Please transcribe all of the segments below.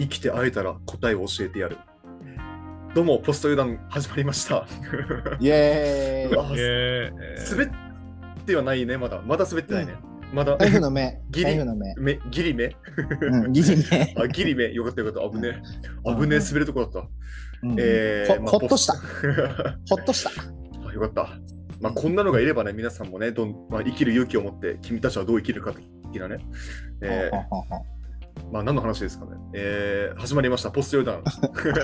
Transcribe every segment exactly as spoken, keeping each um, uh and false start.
生きて会えたら答えを教えてやる。どうも、ポスト油断始まりました。 イエーイ。 あえ滑ってはないね、まだ。まだ滑ってないね。うん、まだ。 台風の目。 ギリ台風の目。 目ギリ目、 うん、ギリ目。 あ、ギリ目。よかったよかった。危ねえ。危ねえ、滑るとこだった。 うん、 えー、 ほ、 まあ、 ほっとした。ほっとした。 あ、よかった。まあ、こんなのがいればね、皆さんもね、どんまあ、生きる勇気を持って、君たちはどう生きるか的なね。えー、 はははまあ、何の話ですかね。えー、始まりました、ポスト予断。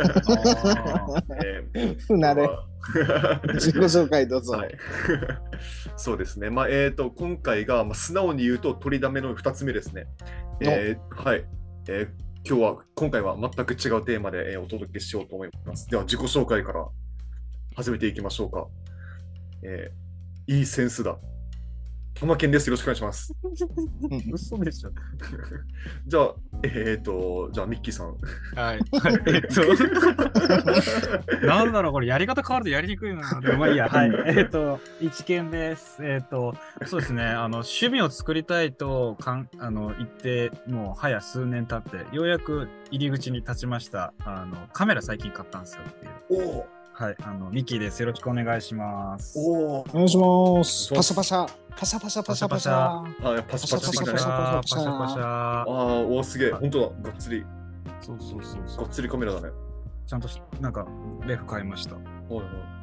えー、不慣れ。自己紹介どうぞ。はい、 そうですね。まあ、えーと、今回が、まあ、素直に言うと、取りだめのふたつめですね。えー、はい。えー、今日は、今回は全く違うテーマで、えー、お届けしようと思います。では、自己紹介から始めていきましょうか。えー、いいセンスだ。玉健です。よろしくお願いします。 嘘でしょ。 じゃあ、えっ、ー、と、じゃあ、ミッキーさん。 はい。えっと、なんだろう、これ、やり方変わるとやりにくいな。でもまあいいや。はい。えっと、一見です。えっと、そうですね、あの、趣味を作りたいとかんあの言って、もう、早数年経って、ようやく入り口に立ちました。あの、カメラ最近買ったんですよっていう。おお。はい、あの、ミッキーです。よろしくお願いします。 おお願いします。パシャパシャ。パシャパシャパシャパシャ。 あ、パシャパシャパシャパシャパシャパシャ。 ああ、おお、すげえ。本当だ。がっつり。 そうそうそうそう。 がっつりカメラだね。 ちゃんと、なんか、レフ買いました。はいはい。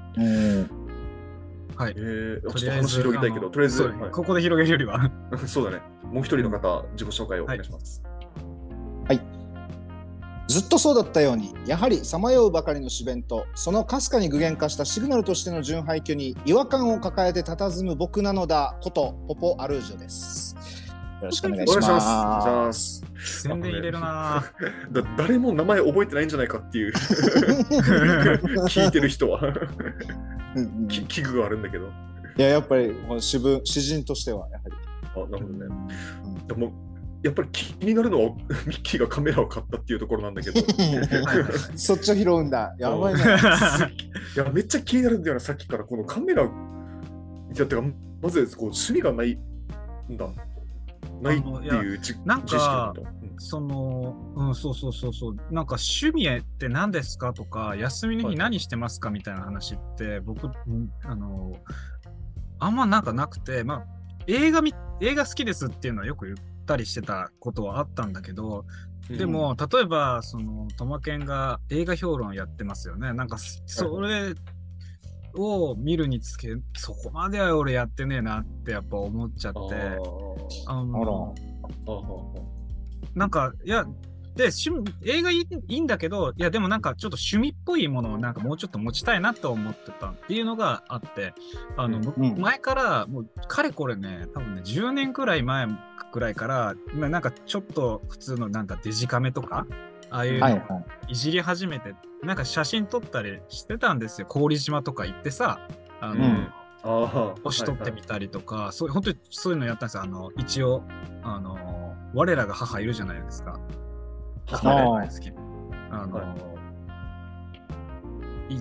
はい。 えー、ちょっと話広げたいけど、とりあえず、はい、 ここで広げるよりは。 そうだね。もう一人の方、自己紹介をお願いします。 はい。ずっとそうだったように、やはりさまようばかりの詩弁と、そのかすかに具現化したシグナルとしての純廃墟に違和感を抱えて佇む僕なのだことポポアルージョです。よろしくお願いします。お願いします。 宣伝入れるなだ誰も名前覚えてないんじゃないかっていう聞いてる人は危惧があるんだけど。 いや、やっぱり詩文詩人としてはやはり。 あ、なるほどね。うん、でもやっぱり気になるのはミッキーがカメラを買ったっていうところなんだけどそっちを拾うんだ。やばいな。いや、めっちゃ気になるんだよな、さっきからこのカメラ。いや、てかまずこう趣味がないんだ。ないっていう知識なんか、うん、その、うん、そうそうそうそう、なんか趣味って何ですかとか、休みの日何してますかみたいな話って、僕、あの、あんまなんかなくて、まあ、映画み、映画好きですっていうのはよく言ったりしてたことはあったんだけど、でも、うん、例えば、その、トマケンが映画評論やってますよね。なんか、それを見るにつけ、そこまでは俺やってねえなってやっぱ思っちゃって、あの、なんか、いや、で、映画いい、いいんだけど、いや、でもなんかちょっと趣味っぽいものをなんかもうちょっと持ちたいなと思ってたっていうのがあって、あの、うん、前から、もう、かれこれね、多分ね、じゅうねんくらい前くらいから、まあ、なんかちょっと普通のなんかデジカメとか、ああいうのいじり始めて、はいはい、なんか写真撮ったりしてたんですよ。郡島とか行ってさ、あの、うん星取ってみたりとか、はいはい、そう本当にそういうのやったんですよ。あの一応あの我らが母いるじゃないですか。母が大好き。あの、はい、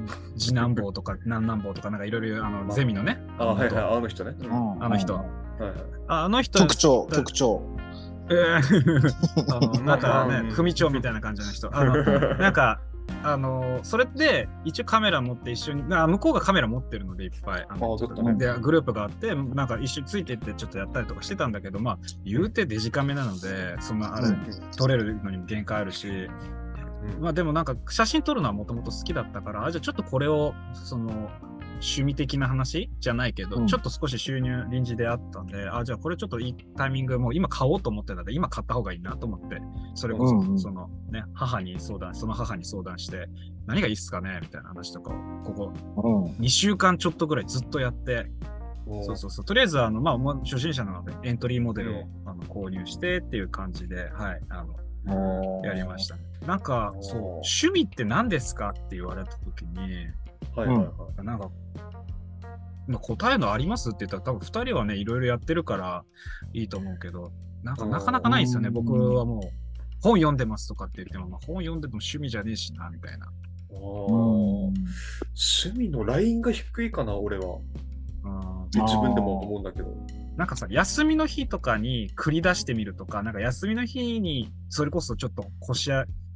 次男坊とか男男坊とかなんかいろいろあのゼミのね。 あはいはいあの人ね。 うん、あの人。はいはい、あの人。 局長局長。 えー、あのなんかね組長みたいな感じの人。あのなんか。あのそれで一応カメラ持って一緒に向こうがカメラ持ってるのでいっぱいあのあでグループがあってなんか一緒についてってちょっとやったりとかしてたんだけどまあ言うてデジカメなのでそんなあれ、うん、撮れるのにも限界あるし、うん、まあでもなんか写真撮るのはもともと好きだったからあじゃあちょっとこれをその趣味的な話じゃないけど、うん、ちょっと少し収入臨時であったんであじゃあこれちょっといいタイミングもう今買おうと思ってたんで今買った方がいいなと思ってそれこそ、うんうん、そのね母に相談その母に相談して何がいいっすかねみたいな話とかをここにしゅうかんちょっとぐらいずっとやって、うん、そうそうそうとりあえずあのまあ初心者なのでエントリーモデルを、うん、あの購入してっていう感じではいあのやりましたね。なんかそう趣味って何ですかって言われた時にはいはいはい、なんか答えのありますって言ったら多分ふたりはねいろいろやってるからいいと思うけどなんかなかなかないですよね。僕はもう本読んでますとかって言っても、まあ、本読んでても趣味じゃねえしなみたいな。 趣味のラインが低いかな俺は。自分でも思うんだけどなんかさ休みの日とかに繰り出してみるとかなんか休みの日にそれこそちょっと腰や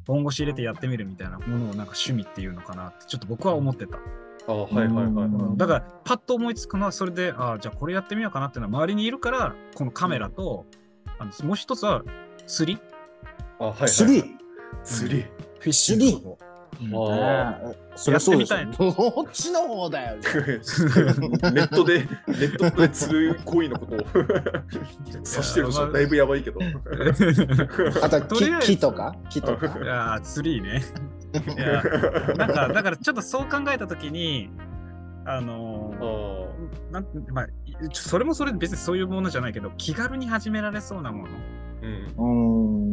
本腰入れてやってみるみたいなものをなんか趣味っていうのかなってちょっと僕は思ってた。 あはいはいはい、はい、 だからパッと思いつくのはそれで、あじゃあこれやってみようかなっていうのは周りにいるから、このカメラと、うん、あのもう一つは釣り。 あはい、はい、 釣り釣り、 フィッシングの方。 ああ、それそうですね。どっちの方だよ。ネットで、ネットで釣る行為のことを指してる人だいぶやばいけど。 あと木、木とか木とか。 いや釣りね。いやなんかだからちょっとそう考えたときに、あのー、なんまあそれもそれで別にそういうものじゃないけど、気軽に始められそうなもの。うん、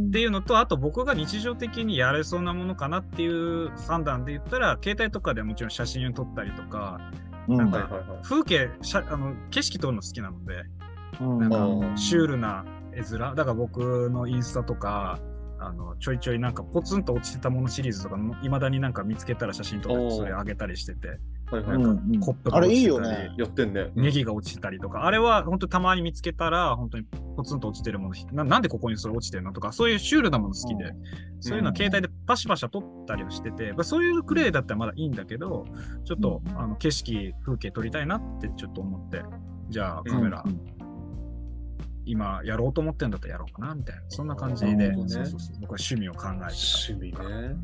っていうのと、あと僕が日常的にやれそうなものかなっていう判断で言ったら、携帯とかでもちろん写真を撮ったりとか、うん、なんか風景、あの景色撮るの好きなので、うん、なんかシュールな絵面、だから僕のインスタとか、あのちょいちょいなんかポツンと落ちてたものシリーズとかいまだになんか見つけたら写真撮ってそれ上げたりしてて、はいはい、なんかコップが落ちてたり、 ね、 やってんね、 ネギが落ちてたりとか、あれは本当にたまに見つけたら本当にポツンと落ちてるもの な, なんでここにそれ落ちてるのとか、そういうシュールなもの好きで、うん、そういうのは携帯でパシパシ撮ったりをしてて、まあ、そういうクレイだったらまだいいんだけど、ちょっと、うん、あの景色風景撮りたいなってちょっと思って、じゃあカメラ、うん、今やろうと思ってんだったらやろうかなみたいな、そんな感じで、ね、そうそうそう、僕は趣味を考えてた。 趣味ね。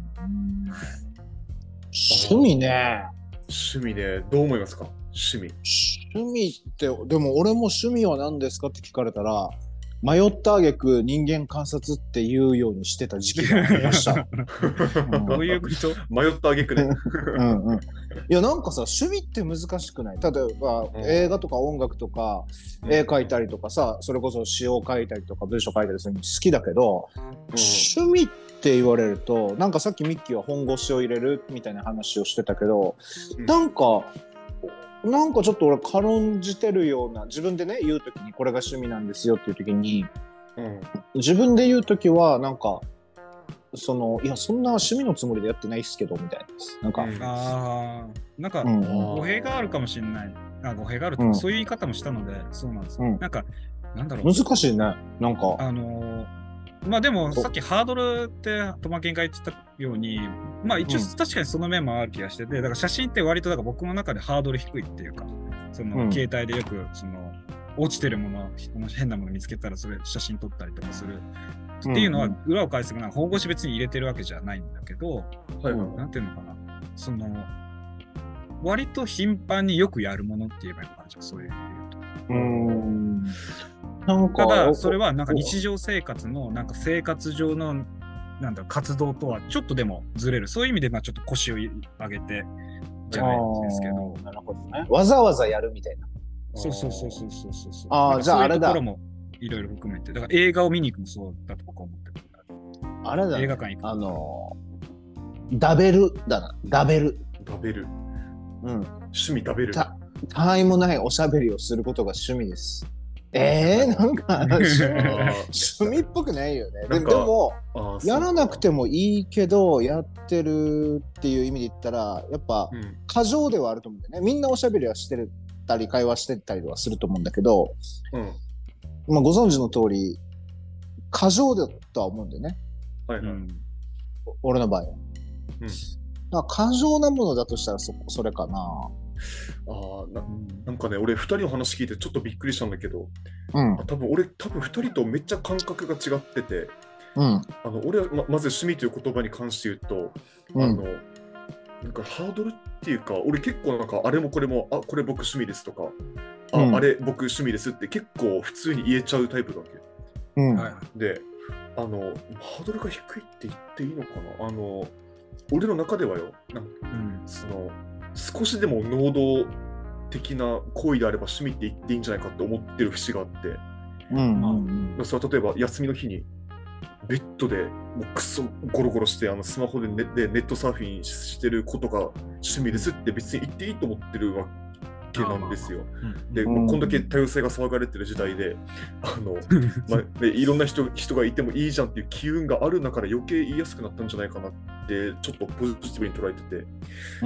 趣味ね。 趣味ね、どう思いますか？趣味。 趣味って、でも俺も趣味は何ですかって聞かれたら、迷った挙句人間観察って言うようにしてた時期がありました。 うん、どういうこと？ 迷った挙句ね。 うんうん。いやなんかさ、趣味って難しくない？例えば、うん、映画とか音楽とか、うん、絵描いたりとかさ、それこそ詩を書いたりとか文章書いたりするの好きだけど、うん、趣味って言われると、なんかさっきミッキーは本腰を入れるみたいな話をしてたけど、うん、なんかなんかちょっと俺軽んじてるような、自分でね言うときにこれが趣味なんですよっていうときに、うん、自分で言うときはなんかそのいやそんな趣味のつもりでやってないっすけどみたいな、なんか、うん、 あなんか、うん、語弊があるかもしれない。あ語弊があるとか、うん、そういう言い方もしたのでそうなんですよ、うん、なんかなんだろう、 難しいね、なんかあのーまあでもさっきハードルってトマケンが言ってたように、まあ一応確かにその面もある気がしてて、だから写真って割とだから僕の中でハードル低いっていうか、その、うん、携帯でよくその落ちてるもの、変なもの見つけたらそれ写真撮ったりとかするっていうのは裏を返せばなんか本腰別に入れてるわけじゃないんだけど、はいはい、なんていうのかな、その割と頻繁によくやるものって言えばいいのかな、じゃあそういう意味で言うと。うーんなんかただそれはなんか日常生活のなんか生活上のなんだ活動とはちょっとでもずれる、そういう意味でまあちょっと腰を上げてじゃないんですけど、 なるほどね、わざわざやるみたいな。 そうそうそうそうそうそうそう。 ああじゃああれだ。 そういうところもいろいろ含めて、だから映画を見に行くもそうだと僕は思ってる。 あれだ、 映画館行く。 あのダベルだな、ダベル。 ダベル。 うん。 趣味ダベル。 た、たわいもないおしゃべりをすることが趣味です。えー、なんか趣味っぽくないよね。で, でもやらなくてもいいけどやってるっていう意味で言ったらやっぱ過剰ではあると思うんだよね。みんなおしゃべりはしてたり会話してたりはすると思うんだけど、うんまあ、ご存知の通り過剰だとは思うんだよね、はいはい、俺の場合は、うん、だから過剰なものだとしたら そ, それかな。 あ な, なんかね俺ふたりの話聞いてちょっとびっくりしたんだけど、 うん、 多分俺多分ふたりとめっちゃ感覚が違ってて、 うん、 あの俺は ま, まず趣味という言葉に関して言うと、うん、あのなんかハードルっていうか俺結構なんかあれもこれもあこれ僕趣味ですとか あ,、うん、あれ僕趣味ですって結構普通に言えちゃうタイプだわけ、 うん、 であのハードルが低いって言っていいのかな、あの俺の中ではよなんか、うん、その少しでも能動的な行為であれば趣味って言っていいんじゃないかって思ってる節があって、 うんうんうん、それは例えば休みの日にベッドでもうクソゴロゴロしてあのスマホで ネ, でネットサーフィンしてることが趣味ですって別に言っていいと思ってるわけなんですよ。で、うん、こんだけ多様性が騒がれてる時代で、あのまあね、いろんな 人, 人がいてもいいじゃんっていう機運がある中で余計言いやすくなったんじゃないかなってちょっとポジティブに捉えてて、うん、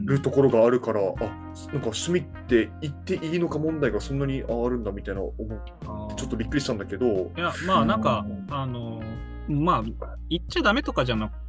るところがあるから、あなんか趣味って言っていいのか問題がそんなにあるんだみたいな思ってちょっとびっくりしたんだけど、 いやまあなんか、うん、あのまあ言っちゃダメとかじゃな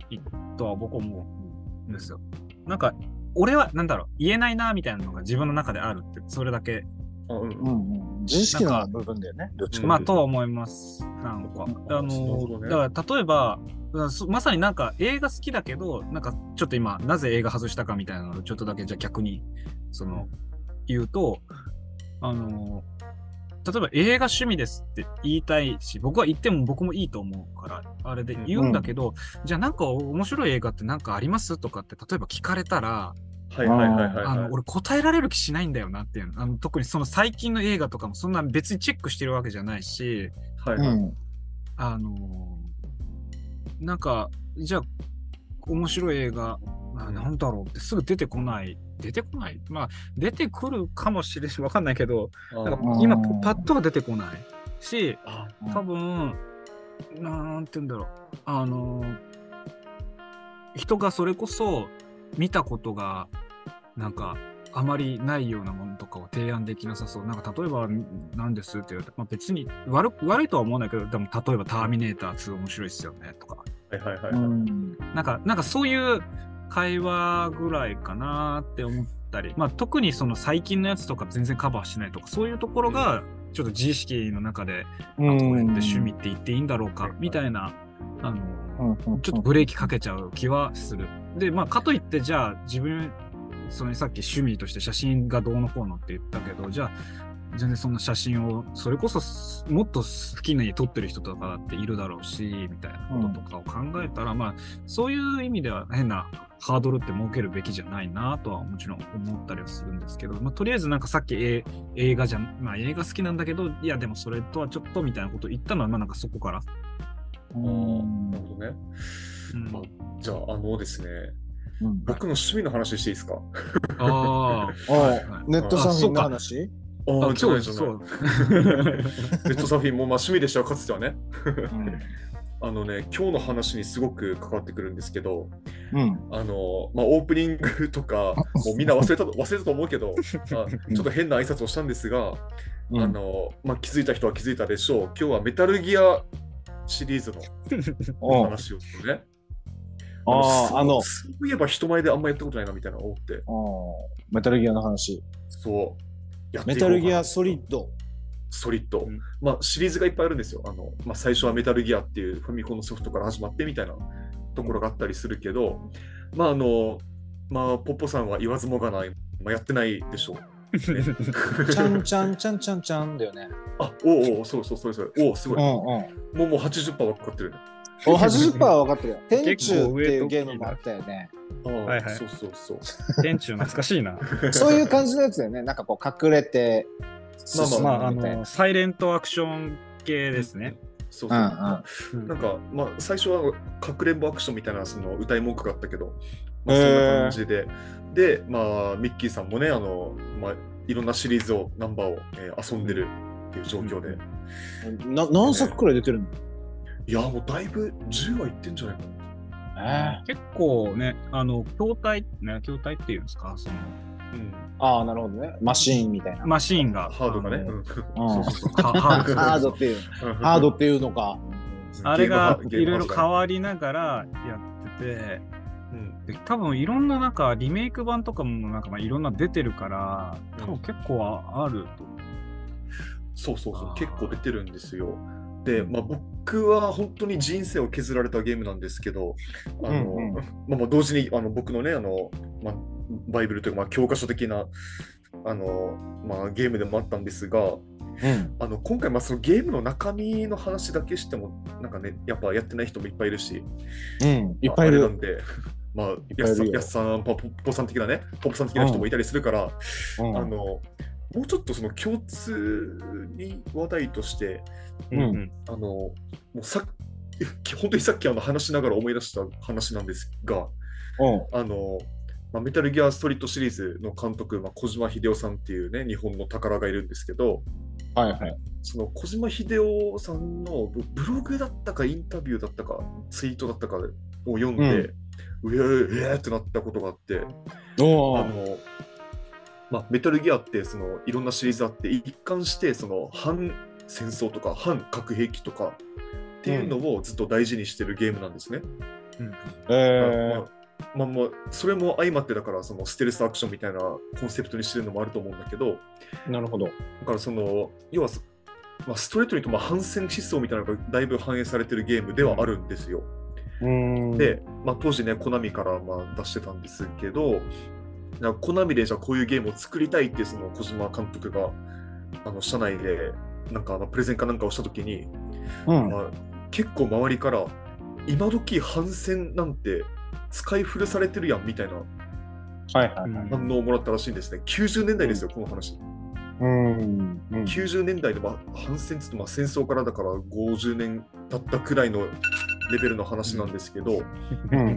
いとは僕は思うんですよ。なんか、俺は、なんだろう、言えないな、みたいなのが自分の中であるって、それだけ。 あうんうんうん、自意識の部分だよね。どっちかまあ、とは思います。なんか、あの、ね、だから例えば、まさになんか映画好きだけど、なんかちょっと今、なぜ映画外したかみたいなのをちょっとだけじゃ逆に、その、言うと、あの、例えば映画趣味ですって言いたいし、僕は言っても僕もいいと思うから、あれで言うんだけど、うん、じゃあなんか面白い映画ってなんかありますとかって、例えば聞かれたら、 はいはいはいはい、 あの俺答えられる気しないんだよなっていうあの特にその最近の映画とかもそんな別にチェックしてるわけじゃないし、 はいはい、 あのなんかじゃあ面白い映画なんだろうってすぐ出てこない出てこないまあ出てくるかもしれないわかんないけどなんか今パッとは出てこないし多分なんて言うんだろうあの人がそれこそ見たことがなんかあまりないようなものとかを提案できなさそう。なんか例えば何ですって言われて、まあ、別に 悪, 悪いとは思わないけど、でも例えばターミネーターツー面白いっすよねとか。 はいはいはい、はい。 なんかなんかそういう会話ぐらいかなって思ったり、まあ特にその最近のやつとか全然カバーしないとかそういうところがちょっと自意識の中で、うん、あこれって趣味って言っていいんだろうかみたいな。あのちょっとブレーキかけちゃう気はする。で、まあ、かといって、じゃあ、自分、そのさっき趣味として写真がどうのこうのって言ったけど、じゃあ、全然そんな写真を、それこそもっと好きに撮ってる人とかだっているだろうし、みたいなこととかを考えたら、うん、まあ、そういう意味では変なハードルって設けるべきじゃないなとはもちろん思ったりはするんですけど、まあ、とりあえずなんかさっき映画じゃん、まあ、映画好きなんだけど、いや、でもそれとはちょっとみたいなことを言ったのは、まあ、なんかそこから。 ああ、なるほどね。うん、あじゃあ、あのですね、うん、僕の趣味の話していいですか？ ああ、 ネットサーフィンの話？ ああ、じゃないじゃない。ネットサーフィンもまあ趣味でしたよ、かつてはね。うん、あのね、今日の話にすごく関わってくるんですけど、うん、あの、まあ、オープニングとか、もうみんな忘れた忘れたと思うけど、まあ、ちょっと変な挨拶をしたんですが、うん、あの、まあ、気づいた人は気づいたでしょう。今日はメタルギアシリーズの話をするね。ああ、あの、そういえば人前であんまやったことないなみたいな思って。 あメタルギアの話。 そう。 やっていこうかな。メタルギアソリッド。 ソリッド。うん、まあシリーズがいっぱいあるんですよ。あの、まあ、最初はメタルギアっていうファミコンのソフトから始まってみたいなところがあったりするけど、まああの、まあポッポさんは言わずもがない、まあ、やってないでしょう。 ね、ちゃんちゃんちゃんちゃんちゃんだよね。 あ、おお、そうそうそうそう。おお、すごい。うんうん、もうもう はちじゅっパーセント 分かってるね。 お、はちじゅっパーセント 分かってるよ。天中っていうゲームもあったよね。 ああ、はいはい、そうそうそう。 天中懐かしいな。 そういう感じのやつだよね。なんかこう隠れて、 まあまあ、まあ、あのサイレントアクション系ですね。 そうそう。うんうん、なんかまあ最初はかくれんぼアクションみたいなその歌い文句があったけど、まあ、そんな感じで、で、まあミッキーさんもね、あのまあいろんなシリーズをナンバーを、えー、遊んでるっていう状況で。 な何作くらい出てるの？ いやもうだいぶじゅうはいってんじゃないかな。えー、結構ね、あの筐体ね、筐体っていうんですか、その。 うん、ああ、なるほどね。マシーンみたいな。 マシーンが。 ハードがね。 ハードっていう。ハードっていうのか。 あれがいろいろ変わりながらやってて、うん、で多分いろんななんかリメイク版とかもなんかまあいろんな出てるから、多分結構あると。 そうそうそう、結構出てるんですよ。で、まあ、僕は本当に人生を削られたゲームなんですけど、あの、うんうん、まあ、まあ同時にあの僕のね、あの、まあ、バイブルというか、まあ、教科書的なあの、まあ、ゲームでもあったんですが、うん、あの今回、まあ、そのゲームの中身の話だけしても、なんかね、やっぱやってない人もいっぱいいるし、 うん、いっぱいいる。 なんで、まあ、やすさん、やすさん、ポッポさん的なね、ポッポさん的な人もいたりするから、うん、あの、もうちょっとその共通に話題として、うんうん、あのもうさ本当にさっきあの話しながら思い出した話なんですが、うん、あのまあ、メタルギアストリートシリーズの監督、まあ、小島秀夫さんっていうね日本の宝がいるんですけど、 はいはい、 その小島秀夫さんのブログだったかインタビューだったかツイートだったかを読んで、うん、うえーえーってなったことがあって、あのまあ、メタルギアってそのいろんなシリーズあって一貫してその反戦争とか反核兵器とかっていうのをずっと大事にしてるゲームなんですね。 うんえーまあまあまあ、それも相まってだからそのステルスアクションみたいなコンセプトにしてるのもあると思うんだけど、 なるほど。 だからその要は、まあ、ストレートに言うとまあ反戦思想みたいなのがだいぶ反映されてるゲームではあるんですよ。 うーんで、まあ、当時ねコナミからまあ出してたんですけど、なんかコナミでじゃあこういうゲームを作りたいってその小島監督があの社内でなんかあのプレゼンかなんかをしたときに、 うんまあ、結構周りから今時反戦なんて使い古されてるやんみたいなはいはいはい。 反応をもらったらしいんですね。きゅうじゅうねんだいですよ、この話。 うんうんきゅうじゅうねんだいで、まあ、反戦って言うとまあ戦争からだからごじゅうねん経ったくらいのレベルの話なんですけど、 うん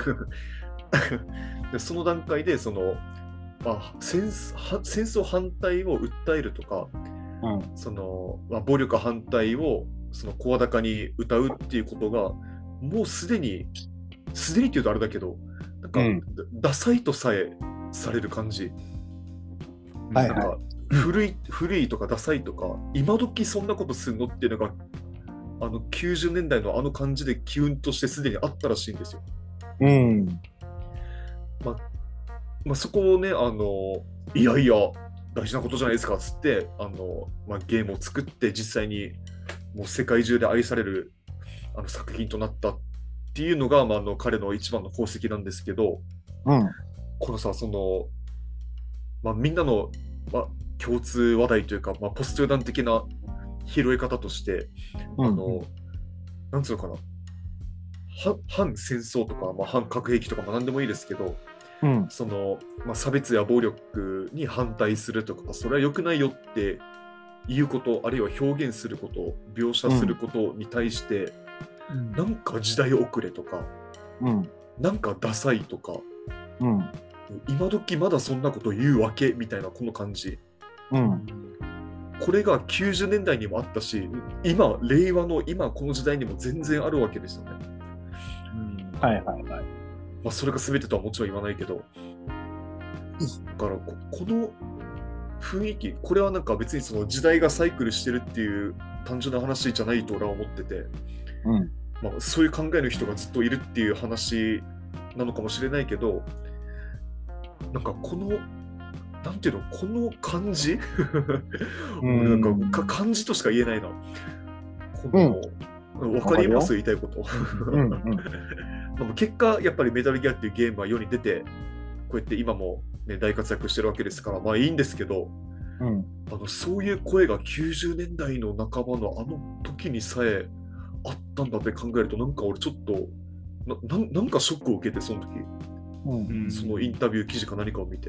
でその段階でその、まあ、戦は戦争反対を訴えるとか、 うんそのまあ、暴力反対をその声高に歌うっていうことがもうすでにすでにっていうとあれだけどなんか、 うんダサいとさえされる感じ、 はいなんか古い古いとかダサいとか今時そんなことするのっていうのがあのきゅうじゅうねんだいのあの感じでキュンとしてすでにあったらしいんですよ。 うんまあまあ、そこをねあのいやいや大事なことじゃないですかっつってあの、まあ、ゲームを作って実際にもう世界中で愛されるあの作品となったっていうのが、まあ、あの彼の一番の功績なんですけど、 うんこのさその、まあ、みんなの、まあ、共通話題というか、まあ、ポスト予断的な拾い方として、 うんあのなんつうのかなは反戦争とか、まあ、反核兵器とか、まあ、何でもいいですけどうんその、まあ、差別や暴力に反対するとかそれは良くないよっていうことあるいは表現すること描写することに対して、 うん、 なんか時代遅れとかうんなんかダサいとかうん今時まだそんなこと言うわけみたいなこの感じうんこれがきゅうじゅうねんだいにもあったし今令和の今この時代にも全然あるわけですよね、 うんはいはいはい。 まあ、それが全てとはもちろん言わないけどだから こ, この雰囲気これはなんか別にその時代がサイクルしてるっていう単純な話じゃないと俺は思ってて、 うんまあ、そういう考えの人がずっといるっていう話なのかもしれないけどなんかこのなんていうのこの感じうんなんかか感じとしか言えないなこの、うん、分かります言いたいことうんうんでも結果やっぱりメタルギアっていうゲームは世に出てこうやって今も、ね、大活躍してるわけですからまあいいんですけどうんあのそういう声がきゅうじゅうねんだいの半ばのあの時にさえあったんだって考えるとなんか俺ちょっと な, な, なんかショックを受けてその時、 うんうんそのインタビュー記事か何かを見て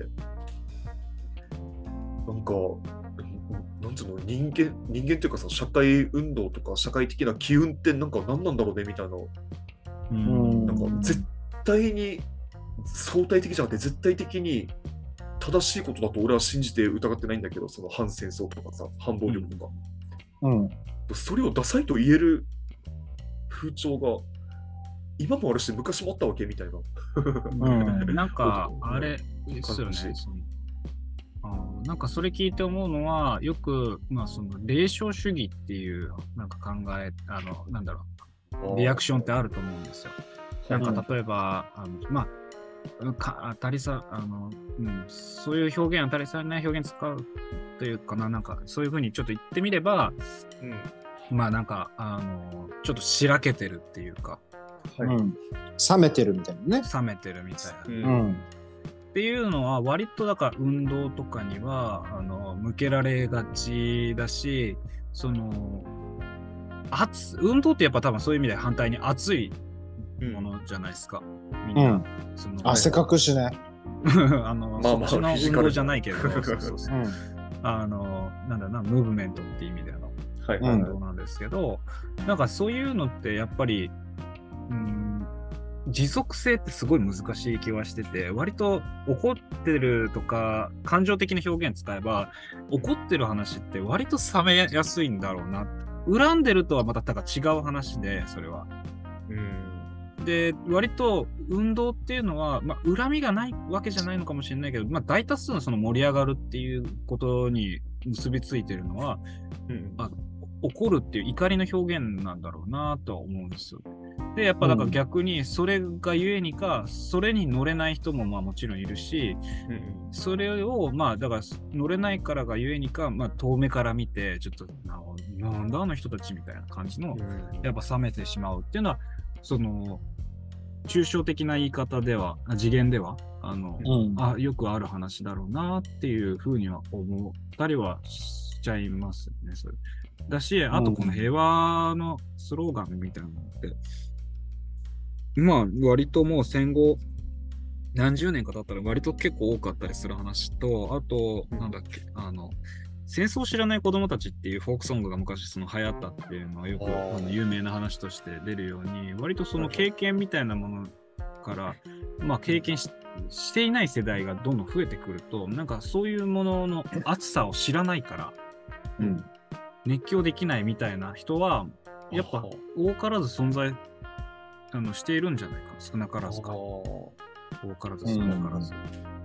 なんかなんつうの人間人間っていうかさ社会運動とか社会的な機運ってなんか何なんだろうねみたいなうんなんか絶対に相対的じゃなくて絶対的に正しいことだと俺は信じて疑ってないんだけどその反戦争とかさ反暴力とか、 うんそれをダサいと言える風潮が今もあるし昔もあったわけみたいなうんなんかあれうんですよね感じそのあーなんかそれ聞いて思うのはよく、まあ、その霊障主義っていうなんか考えあのなんだろうリアクションってあると思うんですよ。なんか例えば、あのまあか当たりさあの、うん、そういう表現当たり障りない表現使うというかななんかそういうふうにちょっと言ってみれば、 うん、 まあなんかあのちょっとしらけてるっていうか、 はいうん冷めてるみたいなね。 冷めてるみたいな。 ううんんっていうのは割とだから運動とかにはあの向けられがちだし、その熱運動ってやっぱ多分そういう意味で反対に熱いものじゃないですか。みんな、 うんその汗かくしね。 あの、 まあまあそっちのフィジカルな運動じゃないけど、そうそうそううんあのなんだなムーブメントっていう意味でのはいうん運動なんですけど、なんかそういうのってやっぱり、うん持続性ってすごい難しい気はしてて、割と怒ってるとか感情的な表現使えば怒ってる話って割と冷めやすいんだろうな。恨んでるとはまたなんか違う話で、それは。 うんで割と運動っていうのは、まあ、恨みがないわけじゃないのかもしれないけど、まあ、大多数のその盛り上がるっていうことに結びついてるのは、 うんあ怒るっていう怒りの表現なんだろうなとは思うんですよ。 でやっぱだから逆にそれがゆえにか、それに乗れない人もまあもちろんいるし、うん、それをまあだから乗れないからがゆえにか、まあ、遠目から見てちょっと な, なんだあの人たちみたいな感じの、うん、やっぱ冷めてしまうっていうのはその抽象的な言い方では次元ではあの、うん、あよくある話だろうなっていうふうには思ったりはしちゃいますね。それだし、あとこの平和のスローガンみたいなのって、うん、まあ割ともう戦後何十年か経ったら割と結構多かったりする話と、あと、なんだっけ、あの戦争を知らない子供たちっていうフォークソングが昔その流行ったっていうのはよくあの有名な話として出るように、割とその経験みたいなものから、まあ経験 し, していない世代がどんどん増えてくると、なんかそういうものの熱さを知らないから、うん、熱狂できないみたいな人はやっぱ多からず存在あのしているんじゃないか、少なからずか。多からず少なからず。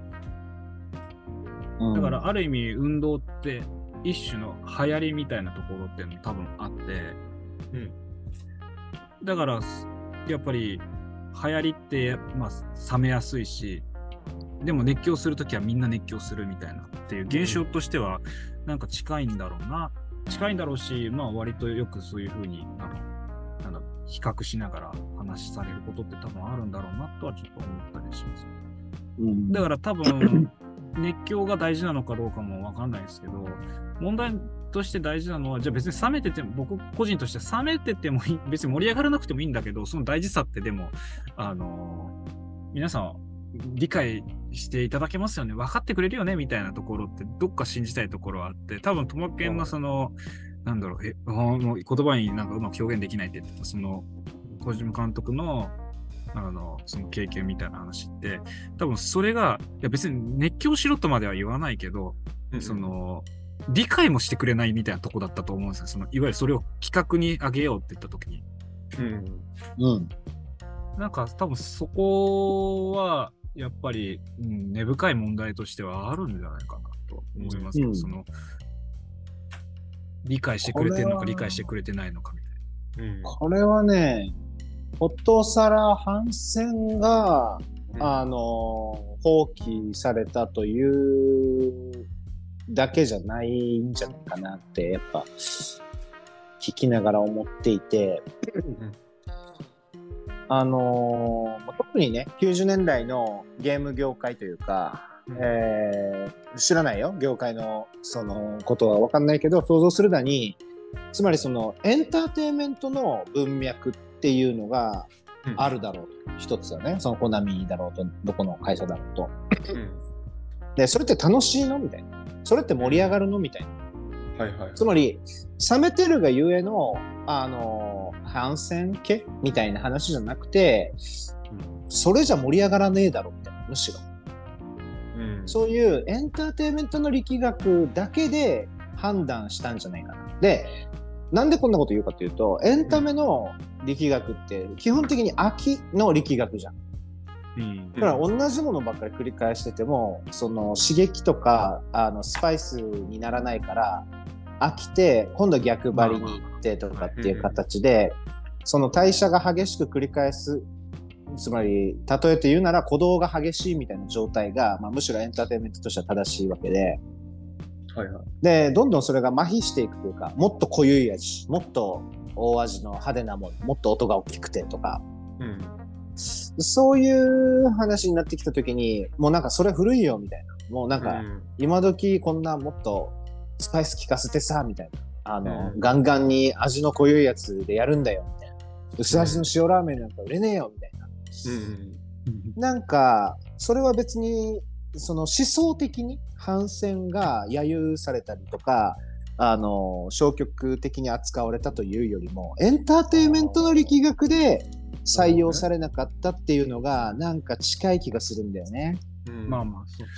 だからある意味運動って一種の流行りみたいなところっていうのも多分あって、うん、だからやっぱり流行りってまあ冷めやすいし、でも熱狂するときはみんな熱狂するみたいなっていう現象としてはなんか近いんだろうな、近いんだろうし、まあ割とよくそういうふうにあのなんだ比較しながら話されることって多分あるんだろうなとはちょっと思ったりします。うん、だから多分熱狂が大事なのかどうかも分かんないですけど、問題として大事なのは、じゃあ別に冷めてても、僕個人として冷めててもいい、別に盛り上がらなくてもいいんだけど、その大事さってでも、あのー、皆さん理解していただけますよね、分かってくれるよねみたいなところってどっか信じたいところはあって、多分ともけんのその、なんだろう、えもう言葉になんかうまく表現できないって言ってた、その小島監督のあのその経験みたいな話って多分それがいや別に熱狂しろとまでは言わないけど、うん、その理解もしてくれないみたいなとこだったと思うんですよ。そのいわゆるそれを企画にあげようって言った時に、うんうん、なんか多分そこはやっぱり、うん、根深い問題としてはあるんじゃないかなと思いますけど、うん、その理解してくれてるのか理解してくれてないのかみたいな、うん、 これはねことさら反戦が、うん、あの放棄されたというだけじゃないんじゃないかなってやっぱ聞きながら思っていて、うん、あの特にねきゅうじゅうねんだいのゲーム業界というか、うんえー、知らないよ業界のそのことは分かんないけど想像するだにつまりそのエンターテインメントの文脈っていうのがあるだろうと、うん、一つはねそのコナミだろうとどこの会社だろうと、うん、でそれって楽しいのみたいな、それって盛り上がるのみたいな、はいはいはい、つまり冷めてるがゆえのあの反戦系みたいな話じゃなくて、うん、それじゃ盛り上がらねえだろみたいな、むしろ、うん、そういうエンターテインメントの力学だけで判断したんじゃないかな。でなんでこんなこと言うかというと、エンタメの力学って基本的に飽きの力学じゃん。うん、だから同じものばっかり繰り返してても、その刺激とかあのスパイスにならないから飽きて、今度は逆張りに行ってとかっていう形で、その代謝が激しく繰り返す。つまり例えて言うなら鼓動が激しいみたいな状態が、まあ、むしろエンターテインメントとしては正しいわけで。はいはい、でどんどんそれが麻痺していくというか、もっと濃ゆい味、もっと大味の派手なもの、もっと音が大きくてとか、うん、そういう話になってきた時にもうなんかそれ古いよみたいな、もうなんか今時こんなもっとスパイス効かせてさみたいな、あの、うん、ガンガンに味の濃ゆいやつでやるんだよみたいな、薄味の塩ラーメンなんか売れねえよみたいな、うん、なんかそれは別にその思想的に反戦が揶揄されたりとか、あの消極的に扱われたというよりも、エンターテインメントの力学で採用されなかったっていうのがなんか近い気がするんだよね。 うん、まあまあそう、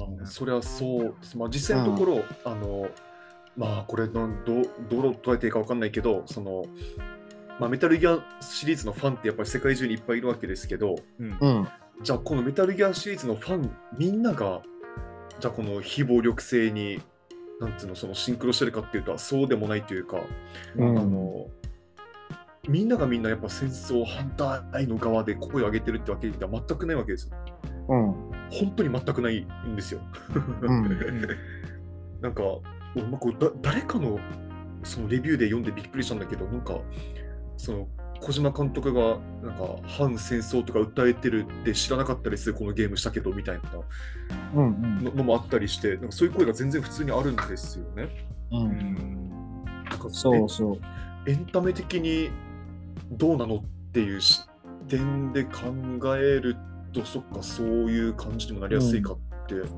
まあ、それはそうです。まあ、実際のところ、うん、あのまあこれのどどう捉えていいか分かんないけど、そのまあ、メタルギアシリーズのファンってやっぱり世界中にいっぱいいるわけですけど、うんうん、じゃあこのメタルギアシリーズのファンみんながじゃあこの非暴力性になんていうのそのシンクロしてるかっていうとそうでもないというか、うん、あのみんながみんなやっぱ戦争反対の側で声を上げてるってわけでは全くないわけですよ。 うん。 本当に全くないんですよ。 うん、 なんか、俺もこうだ誰かのそのレビューで読んでびっくりしたんだけど、なんか、その小島監督がなんか反戦争とか訴えてるって知らなかったですこのゲームしたけどみたいなうんののもあったりして、なんかそういう声が全然普通にあるんですよね。 うん。うん。そうそう。 エンタメ的にどうなのっていう視点で考えると、そっか、そういう感じにもなりやすいかって。うん、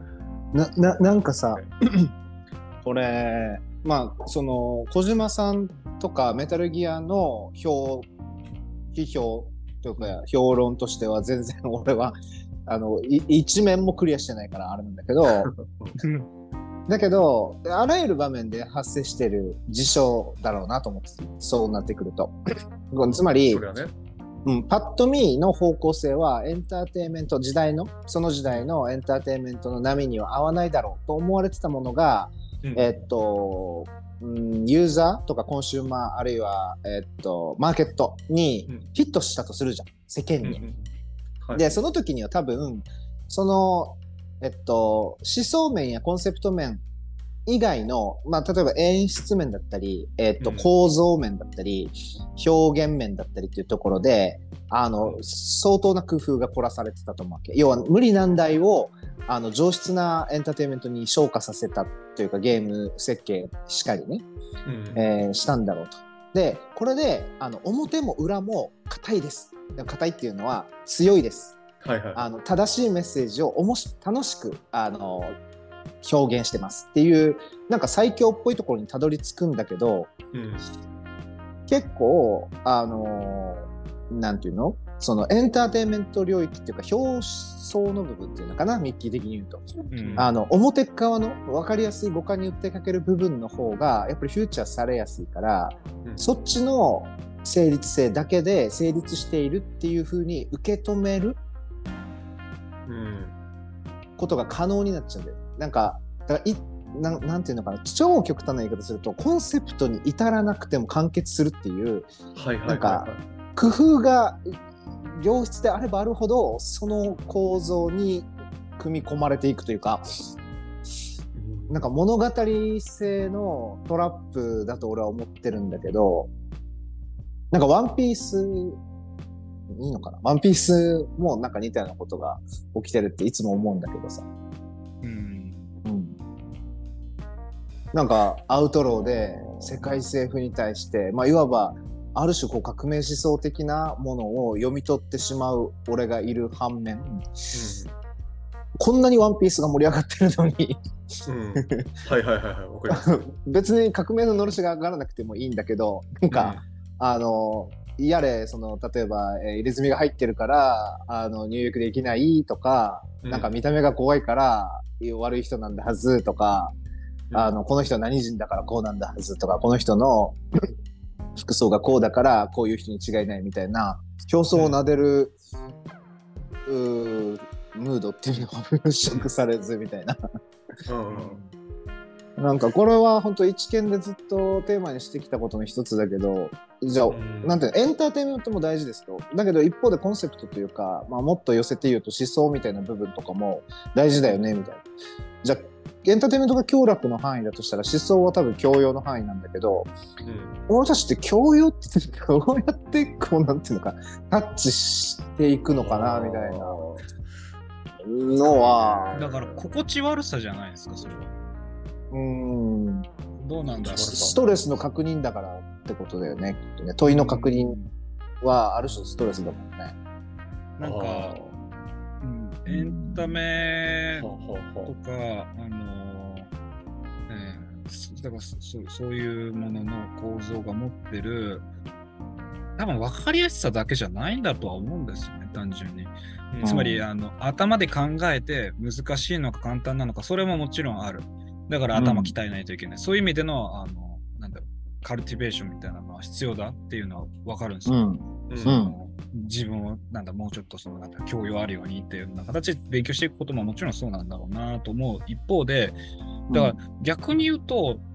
な, な, なんかさ、これ、まあ、その小島さんとかメタルギアの評批評というか評論としては全然俺はあの一面もクリアしてないからあれなんだけどだけどあらゆる場面で発生してる事象だろうなと思って、そうなってくるとつまり、 それはね、 うん、パッと見の方向性はエンターテインメント時代のその時代のエンターテインメントの波には合わないだろうと思われてたものが、うん、えっとうん、ユーザーとかコンシューマーあるいは、えっと、マーケットにヒットしたとするじゃん、世間に、うんうんはい、でその時には多分その、えっと、思想面やコンセプト面以外の、まあ、例えば演出面だったり、えっと、構造面だったり、うん、表現面だったりっていうところであの相当な工夫が凝らされてたと思うわけ。要は無理難題をあの上質なエンターテインメントに昇華させたというかゲーム設計しかりね、うんえー、したんだろうと。でこれであの表も裏も硬いです。硬いっていうのは強いです、はいはい、あの正しいメッセージをおもし楽しくあの表現してますっていうなんか最強っぽいところにたどり着くんだけど、うん、結構あのなんていうのそのエンターテインメント領域っていうか表層の部分っていうのかなミッキー的に言うと、うん、あの表側の分かりやすい五感に訴えかける部分の方がやっぱりフューチャーされやすいから、うん、そっちの成立性だけで成立しているっていう風に受け止めることが可能になっちゃうんだよ。なんかだからい な, なんていうのかな超極端な言い方するとコンセプトに至らなくても完結するっていう、はいはいはいはい、なんか工夫が良質であればあるほどその構造に組み込まれていくというか、なんか物語性のトラップだと俺は思ってるんだけど、なんかワンピースいいのかなワンピースもなんか似たようなことが起きてるっていつも思うんだけどさ、うん、うん、なんかアウトローで世界政府に対して、まあ、いわばある種こう革命思想的なものを読み取ってしまう俺がいる反面、うん、こんなにワンピースが盛り上がってるのに、うん、はいはいはいはいわかります別に革命ののろしが上がらなくてもいいんだけど、なんか、うん、あのやれその例えば、えー、入れ墨が入ってるからあの入浴できないとか、うん、なんか見た目が怖いから悪い人なんだはずとか、うん、あのこの人は何人だからこうなんだはずとか、この人の服装がこうだからこういう人に違いないみたいな競争をなでる、うん、うムードっていうのが払拭されずみたいな、うん、なんかこれは本当一見でずっとテーマにしてきたことの一つだけど、じゃあ、うん、なんていうのエンターテインメントも大事ですと、だけど一方でコンセプトというか、まあ、もっと寄せて言うと思想みたいな部分とかも大事だよねみたいな。じゃあエンターテインメントが享楽の範囲だとしたら思想は多分教養の範囲なんだけど、うん、俺たちって教養ってどうやってこうなんていうのかタッチしていくのかなみたいなのは、 だから心地悪さじゃないですかそれは。 うーんどうなんだろう。 ストレスの確認だからってことだよねきっとね。問いの確認はある種ストレスだもんね。 なんかうん、エンタメとか、あのえー、だからそそういうものの構造が持ってる多分分かりやすさだけじゃないんだとは思うんですよね単純に、うん、つまりあの頭で考えて難しいのか簡単なのかそれももちろんある。だから頭鍛えないといけない、うん、そういう意味でのあのなんだろうカルティベーションみたいなのは必要だっていうのは分かるんですよ、うんうん、自分をなんだもうちょっとそのなんだ教養あるようにっていうような形で勉強していくことももちろんそうなんだろうなと思う一方で、だから逆に言うと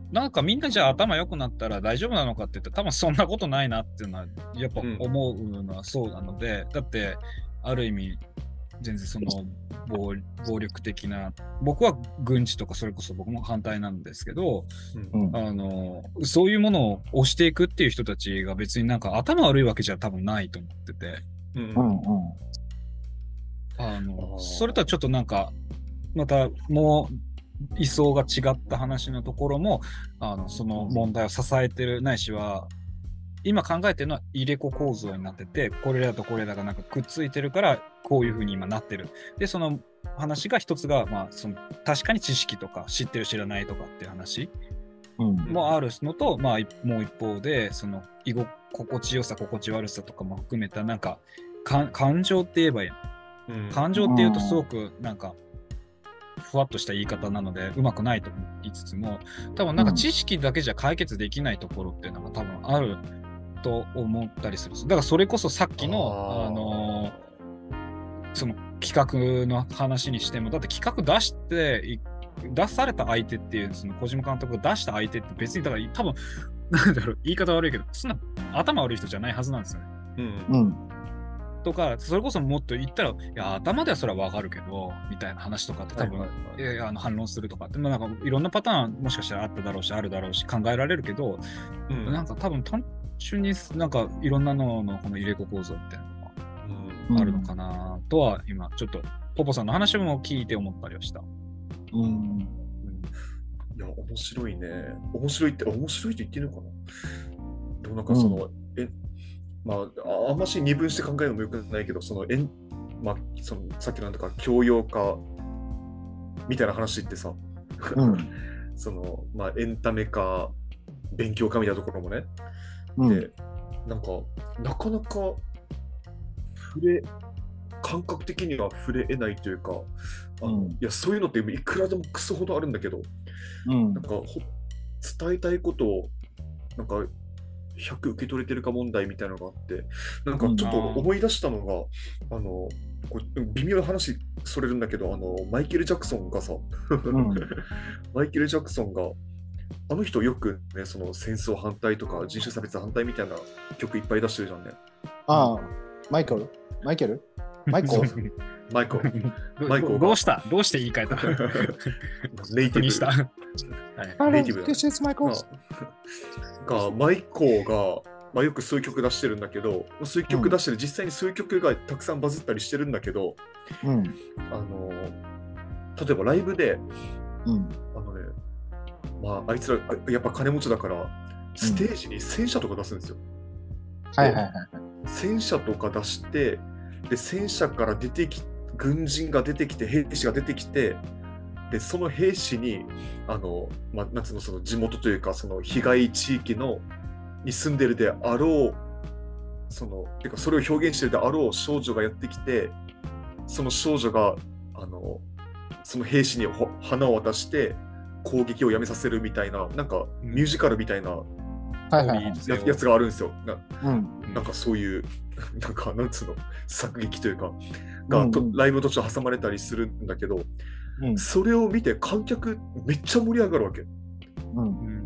なんかみんなじゃあ頭良くなったら大丈夫なのかって言ったら多分そんなことないなっていうのはやっぱ思うのはそうなので、うん、だってある意味全然その 暴, 暴力的な、僕は軍事とかそれこそ僕も反対なんですけど、うん、あのそういうものを押していくっていう人たちが別になんか頭悪いわけじゃ多分ないと思ってて、うんうん、あのそれとはちょっとなんかまたもう位相が違った話のところもあのその問題を支えてるないしは今考えてるのは入れ子構造になってて、これらとこれらがなんかくっついてるからこういう風に今なってる。でその話が一つが、まあ、その確かに知識とか知ってる知らないとかっていう話もあるのと、うん、まあ、もう一方でその居心地よさ心地悪さとかも含めたなんか感情って言えばいい、うん、感情っていうとすごくなんかふわっとした言い方なのでうまくないと言いつつも、多分なんか知識だけじゃ解決できないところっていうのが多分あると思ったりする。だからそれこそさっきのあのー、その企画の話にしても、だって企画出して出された相手っていうその小島監督が出した相手って別にだから多分なんだろう言い方悪いけどそんな頭悪い人じゃないはずなんですよね。うんうんとかそれこそもっと言ったらいや頭ではそれは分かるけどみたいな話とかって多分、はいはいはい、あの反論するとかってなんかいろんなパターンもしかしたらあっただろうしあるだろうし考えられるけど、うん、なんか多分単純になんかいろんなののこの入れ子構造みたいなのがあるのかなとは今ちょっとポポさんの話も聞いて思ったりはした。うん、うん、 いや面白いね。面白いって面白いって言ってるのかな。でもなんかその、うん、えまあ、あんまし二分して考えるのもよくないけど、そのえん、まあ、そのさっきのなんとか教養化みたいな話ってさ、うん、そのまあ、エンタメ化、勉強化みたいなところもね、うん、で、なんか、なかなか触れ、感覚的には触れ得ないというか、あの、うん、いや、そういうのっていくらでもクソほどあるんだけど、うん、なんかほ伝えたいことを、なんか、ひゃく受け取れてるか問題みたいなのがあって、なんかちょっと思い出したのが、うん、あのこれ微妙な話それるんだけど、あのマイケル・ジャクソンがさ、うん、マイケル・ジャクソンがあの人よくね、その戦争反対とか人種差別反対みたいな曲いっぱい出してるじゃんね。 ああ、マイケルマイケルマイコマイコマイコどうしたどうして言い換えたネイティブにした、はい、ネイティブだ。 This is Michael. がマイコが、まあ、よくそういう曲出してるんだけど、そういう曲出してる、うん、実際にそういう曲がたくさんバズったりしてるんだけど、うん、あの例えばライブで、うん、あのね、まああいつらやっぱ金持ちだからステージに戦車とか出すんですよ。 うん、はいはいはい。 戦車とか出して、で戦車から出てき軍人が出てきて兵士が出てきて、でその兵士にあの、まあ、なんつうの、その地元というかその被害地域のに住んでるであろう、そのてかそれを表現してるであろう少女がやってきて、その少女があのその兵士に花を渡して攻撃をやめさせるみたいな、なんかミュージカルみたいなや, やつがあるんですよ。な, うん、なんかそういうなんかなんつうの作劇というかが、うんうん、ライブ途中挟まれたりするんだけど、うん、それを見て観客めっちゃ盛り上がるわけ。うん、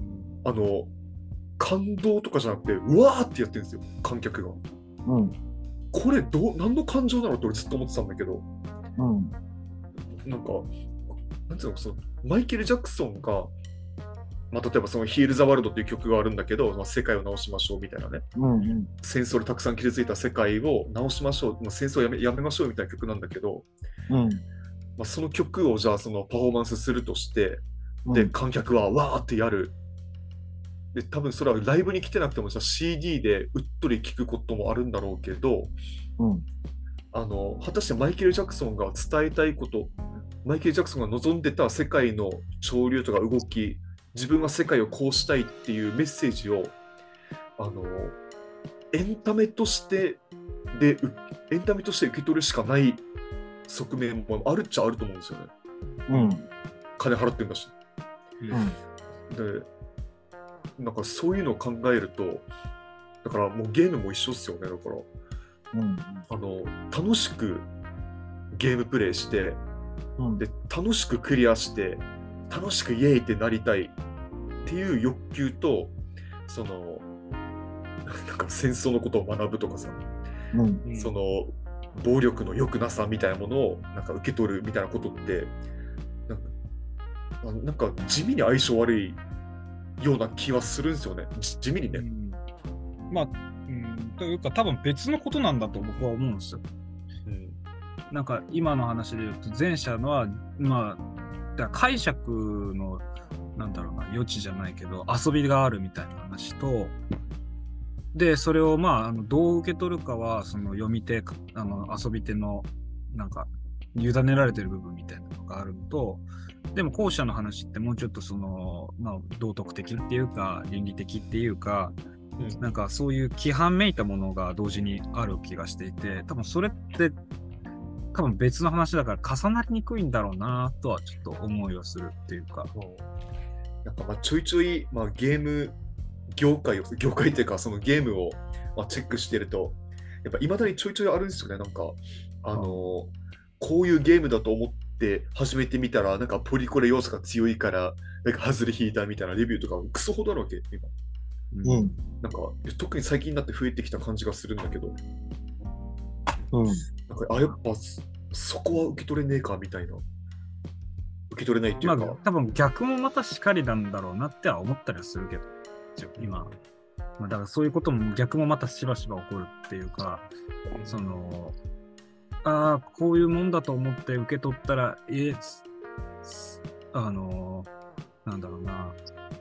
あの感動とかじゃなくてうわーってやってるんですよ観客が。うん、これどう何の感情なのって俺ずっと思ってたんだけど、うん、なんかなんつうの、そのマイケル・ジャクソンが、まあ、例えばそのヒール・ザ・ワールドっていう曲があるんだけど、まあ、世界を直しましょうみたいなね、うんうん、戦争でたくさん傷ついた世界を直しましょう、まあ、戦争をやめ、やめましょうみたいな曲なんだけど、うんまあ、その曲をじゃあそのパフォーマンスするとして、で観客はわーってやる。で多分それはライブに来てなくてもじゃあ シーディー でうっとり聴くこともあるんだろうけど、うん、あの果たしてマイケル・ジャクソンが伝えたいこと、マイケル・ジャクソンが望んでた世界の潮流とか動き、自分は世界をこうしたいっていうメッセージをあのエンタメとしてでエンタメとして受け取るしかない側面もあるっちゃあると思うんですよね。うん、金払ってるんだし、うん、でなんかそういうのを考えると、だからもうゲームも一緒っすよね。だから、うん、あの楽しくゲームプレイして、うん、で楽しくクリアして楽しくイエーイってなりたいっっていう欲求と、そのなんか戦争のことを学ぶとかさ、 うん、 その暴力の良くなさみたいなものをなんか受け取るみたいなことって、なんか、あなんか地味に相性悪いような気はするんですよね。地味にね。 うん、まあ、うん、というか多分別のことなんだと僕は思うんですよ。うん、なんか今の話で言うと前者のはまあだから解釈のなんだろうな余地じゃないけど遊びがあるみたいな話と、でそれをまああのどう受け取るかはその読み手あの遊び手のなんか委ねられてる部分みたいなのがあるのと、でも後者の話ってもうちょっとその、まあ、道徳的っていうか倫理的っていうか、うん、なんかそういう規範めいたものが同時にある気がしていて、多分それって多分別の話だから重なりにくいんだろうなとはちょっと思いをするっていうか、 なんかまあちょいちょい、まあ、ゲーム業界を業界っていうかそのゲームをまあチェックしてるとやっぱいまだにちょいちょいあるんですよね。なんかあのー、こういうゲームだと思って始めてみたらなんかポリコレ要素が強いからなんか外れ引いたみたいなレビューとかクソほどあるわけ今、 うん、 なんか特に最近になって増えてきた感じがするんだけど、 うん、 なんかあやっぱそこは受け取れねえかみたいな、受け取れないっていうか、 まあ、多分逆もまたしかりなんだろうなっては思ったりはするけど今、まあ、だからそういうことも逆もまたしばしば起こるっていうか、そのああこういうもんだと思って受け取ったらえあのなんだろうな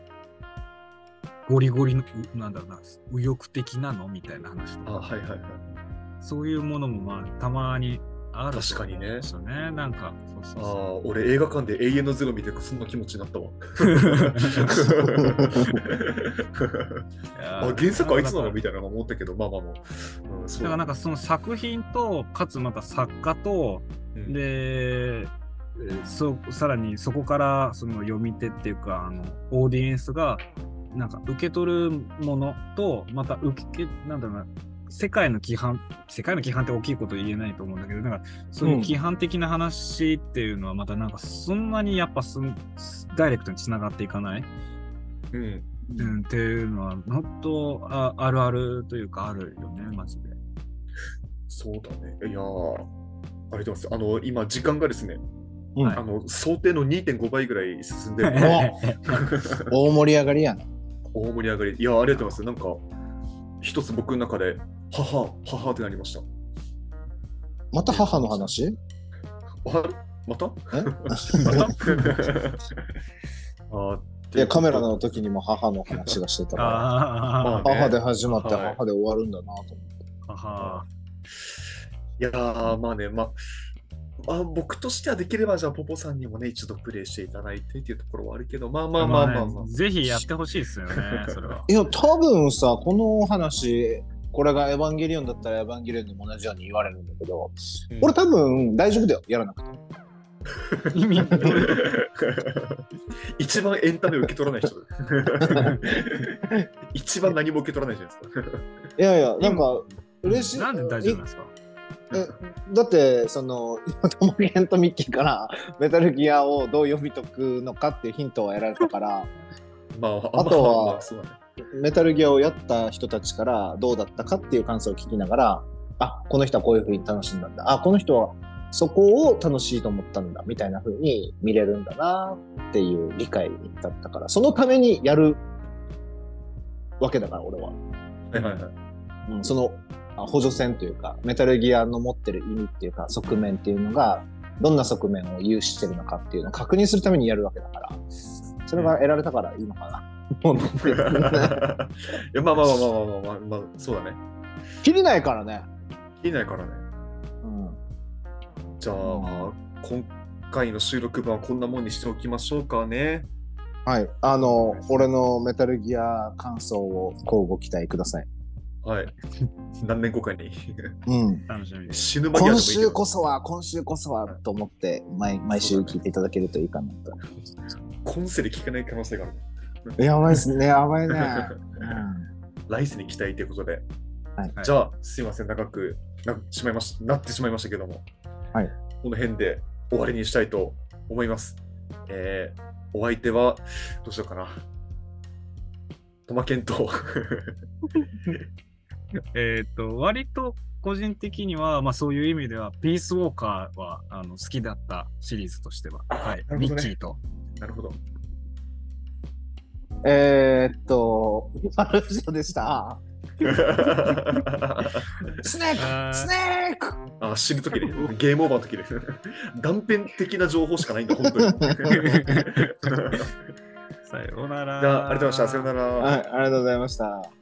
ゴリゴリのなんだろうな右翼的なのみたいな話とか、 あ、はいはいはい、 そういうものもまあたまにある。 確かにね。 ですよね。なんかそうそうそう、 ああ、俺映画館で永遠のゼロ見てそんな気持ちになったわ。あ、原作あいつなのみたいなの思ったけど、まあまあまあ。 うん、そうだからなんかその作品とかつまた作家と、うん、でそさらにそこからその読み手っていうかあのオーディエンスがなんか受け取るものとまた受けなんだろうな世界の規範世界の規範って大きいこと言えないと思うんだけど、なんかそういう規範的な話っていうのはまたなんかそんなにやっぱすダイレクトにつながっていかない、 うんうん、っていうのは本当 あ, あるあるというかあるよねマジで。 そうだね。いやーありがとうございます。あの今時間がですね、うん、あの想定の にてんご 倍ぐらい進んでる大盛り上がりやな。 大盛り上がり。いやありがとうございます。なんか一つ僕の中で母母ってなりました。 また母の話？ あまた？ えまた？ あいやカメラの時にも母の話がしてたからあ、ね、母で始まって母で終わるんだなと思って。 母いやーまあねまああ僕としてはできればじゃあポポさんにもね一度プレイしていただいてっていうところはあるけどまあまあまあまあまあ、まあね、 ぜひやってほしいですよねそれは。 いや多分さこの話これがエヴァンゲリオンだったらエヴァンゲリオンでも同じように言われるんだけど、うん、俺多分大丈夫だよやらなくても。 意味一番エンタメ受け取らない人一番何も受け取らないじゃないですか。 いやいやなんか嬉しい。 なんで大丈夫なんですか。 えだってそのトモケンとミッキーからメタルギアをどう読み解くのかっていうヒントを得られたからまあ、 あとは、まあまあそうだね、メタルギアをやった人たちからどうだったかっていう感想を聞きながらあこの人はこういう風に楽しんだんだあこの人はそこを楽しいと思ったんだみたいな風に見れるんだなっていう理解だったからそのためにやるわけだから俺は、 はいはいはいうん、その補助線というかメタルギアの持ってる意味っていうか側面っていうのがどんな側面を有してるのかっていうのを確認するためにやるわけだからそれが得られたからいいのかな、うん、いやまあまあまあまあまあまあ、まあ、そうだね切りないからね切りないからね、うん、じゃあ、うん、今回の収録分はこんなもんにしておきましょうかね。 はいあの俺のメタルギア感想をこうご期待ください。 はい。何年後かに。 うん。 死ぬ間際でもいいけど。 今週こそは、今週こそはと思って毎、毎週聞いていただけるといいかなと。 今世で聞かない可能性がある。やばいですね、やばいね。 うん、来世に期待ということで。 はい、 じゃあ、すいません、長くなってしまいまし、なってしまいましたけども、 はい、 この辺で終わりにしたいと思います。えー、お相手は、どうしようかな。 トマケンと。 えっと、割と個人的には、まあそういう意味では、ピースウォーカーはあの好きだったシリーズとしては。はい。ミッキーと。 なるほど。 えー、っと、マルジョでした。スネークスネークあ、死ぬときね。ゲームオーバーのときです。断片的な情報しかないんだ、本当に。 さようなら。 じゃあ、ありがとうございました。さようなら。 はい、ありがとうございました。